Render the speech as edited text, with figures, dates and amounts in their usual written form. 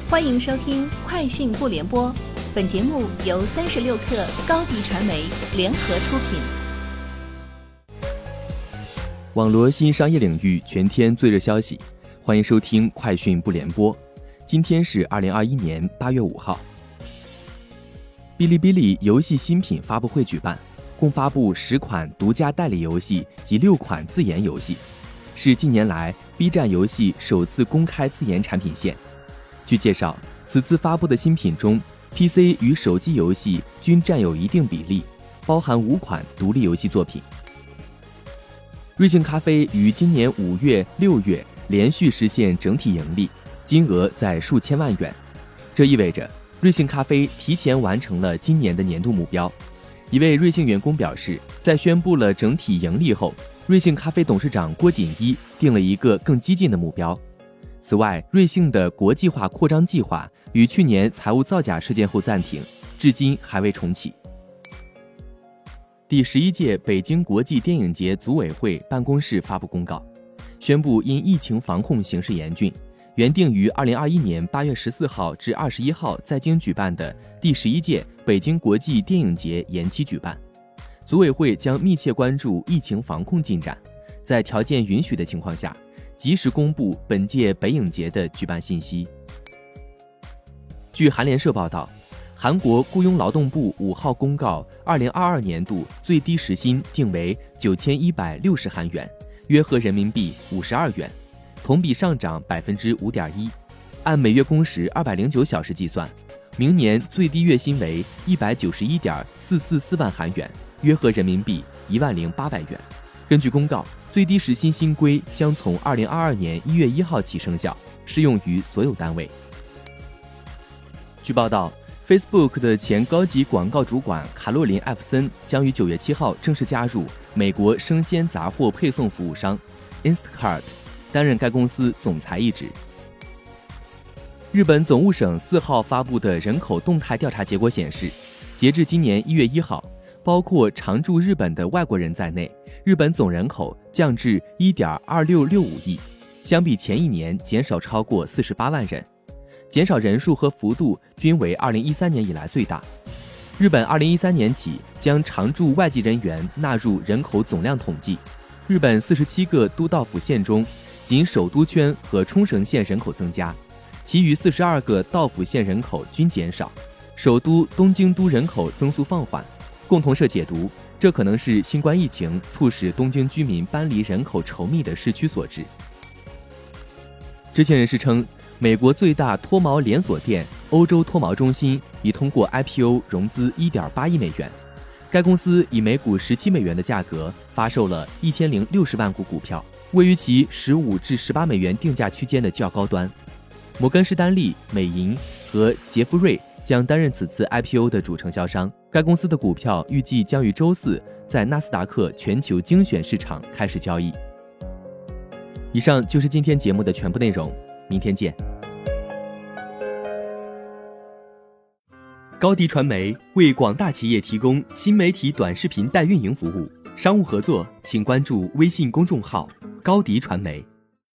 欢迎收听快讯不联播，本节目由36克高迪传媒联合出品。 网罗新商业领域全天最热消息，欢迎收听快讯不联播。今天是2021年8月5号。哔哩哔哩游戏新品发布会举办，共发布10款独家代理游戏及6款自研游戏，是近年来 B 站游戏首次公开自研产品线。据介绍，此次发布的新品中 PC 与手机游戏均占有一定比例，包含5款独立游戏作品。瑞幸咖啡于今年5月、6月连续实现整体盈利，金额在数千万元。这意味着瑞幸咖啡提前完成了今年的年度目标。一位瑞幸员工表示，在宣布了整体盈利后，瑞幸咖啡董事长郭锦一定了一个更激进的目标。此外，瑞幸的国际化扩张计划于去年财务造假事件后暂停，至今还未重启。第11届北京国际电影节组委会办公室发布公告，宣布因疫情防控形势严峻，原定于2021年8月14号至21号在京举办的第11届北京国际电影节延期举办。组委会将密切关注疫情防控进展，在条件允许的情况下，及时公布本届北影节的举办信息。据韩联社报道，韩国雇佣劳动部5号公告2022年度最低时薪定为9160韩元，约合人民币52元，同比上涨 5.1%。按每月工时209小时计算，明年最低月薪为191.444万韩元，约合人民币10800元。根据公告，最低时薪新规将从2022年1月1号起生效，适用于所有单位。据报道， Facebook 的前高级广告主管卡洛琳·艾弗森将于9月7号正式加入美国生鲜杂货配送服务商 Instacart， 担任该公司总裁一职。日本总务省4号发布的人口动态调查结果显示，截至今年1月1号，包括常驻日本的外国人在内，日本总人口降至 1.2665 亿，相比前一年减少超过48万人，减少人数和幅度均为2013年以来最大。日本2013年起将常驻外籍人员纳入人口总量统计。日本47个都道府县中，仅首都圈和冲绳县人口增加，其余42个道府县人口均减少，首都东京都人口增速放缓。共同社解读，这可能是新冠疫情促使东京居民搬离人口稠密的市区所致。知情人士称，美国最大脱毛连锁店欧洲脱毛中心已通过 IPO 融资 1.8 亿美元，该公司以每股17美元的价格发售了1060万股股票，位于其15至18美元定价区间的较高端。摩根士丹利、美银和杰夫瑞将担任此次 IPO 的主承销商。该公司的股票预计将于周四在纳斯达克全球精选市场开始交易。以上就是今天节目的全部内容，明天见。高迪传媒为广大企业提供新媒体短视频代运营服务，商务合作请关注微信公众号高迪传媒。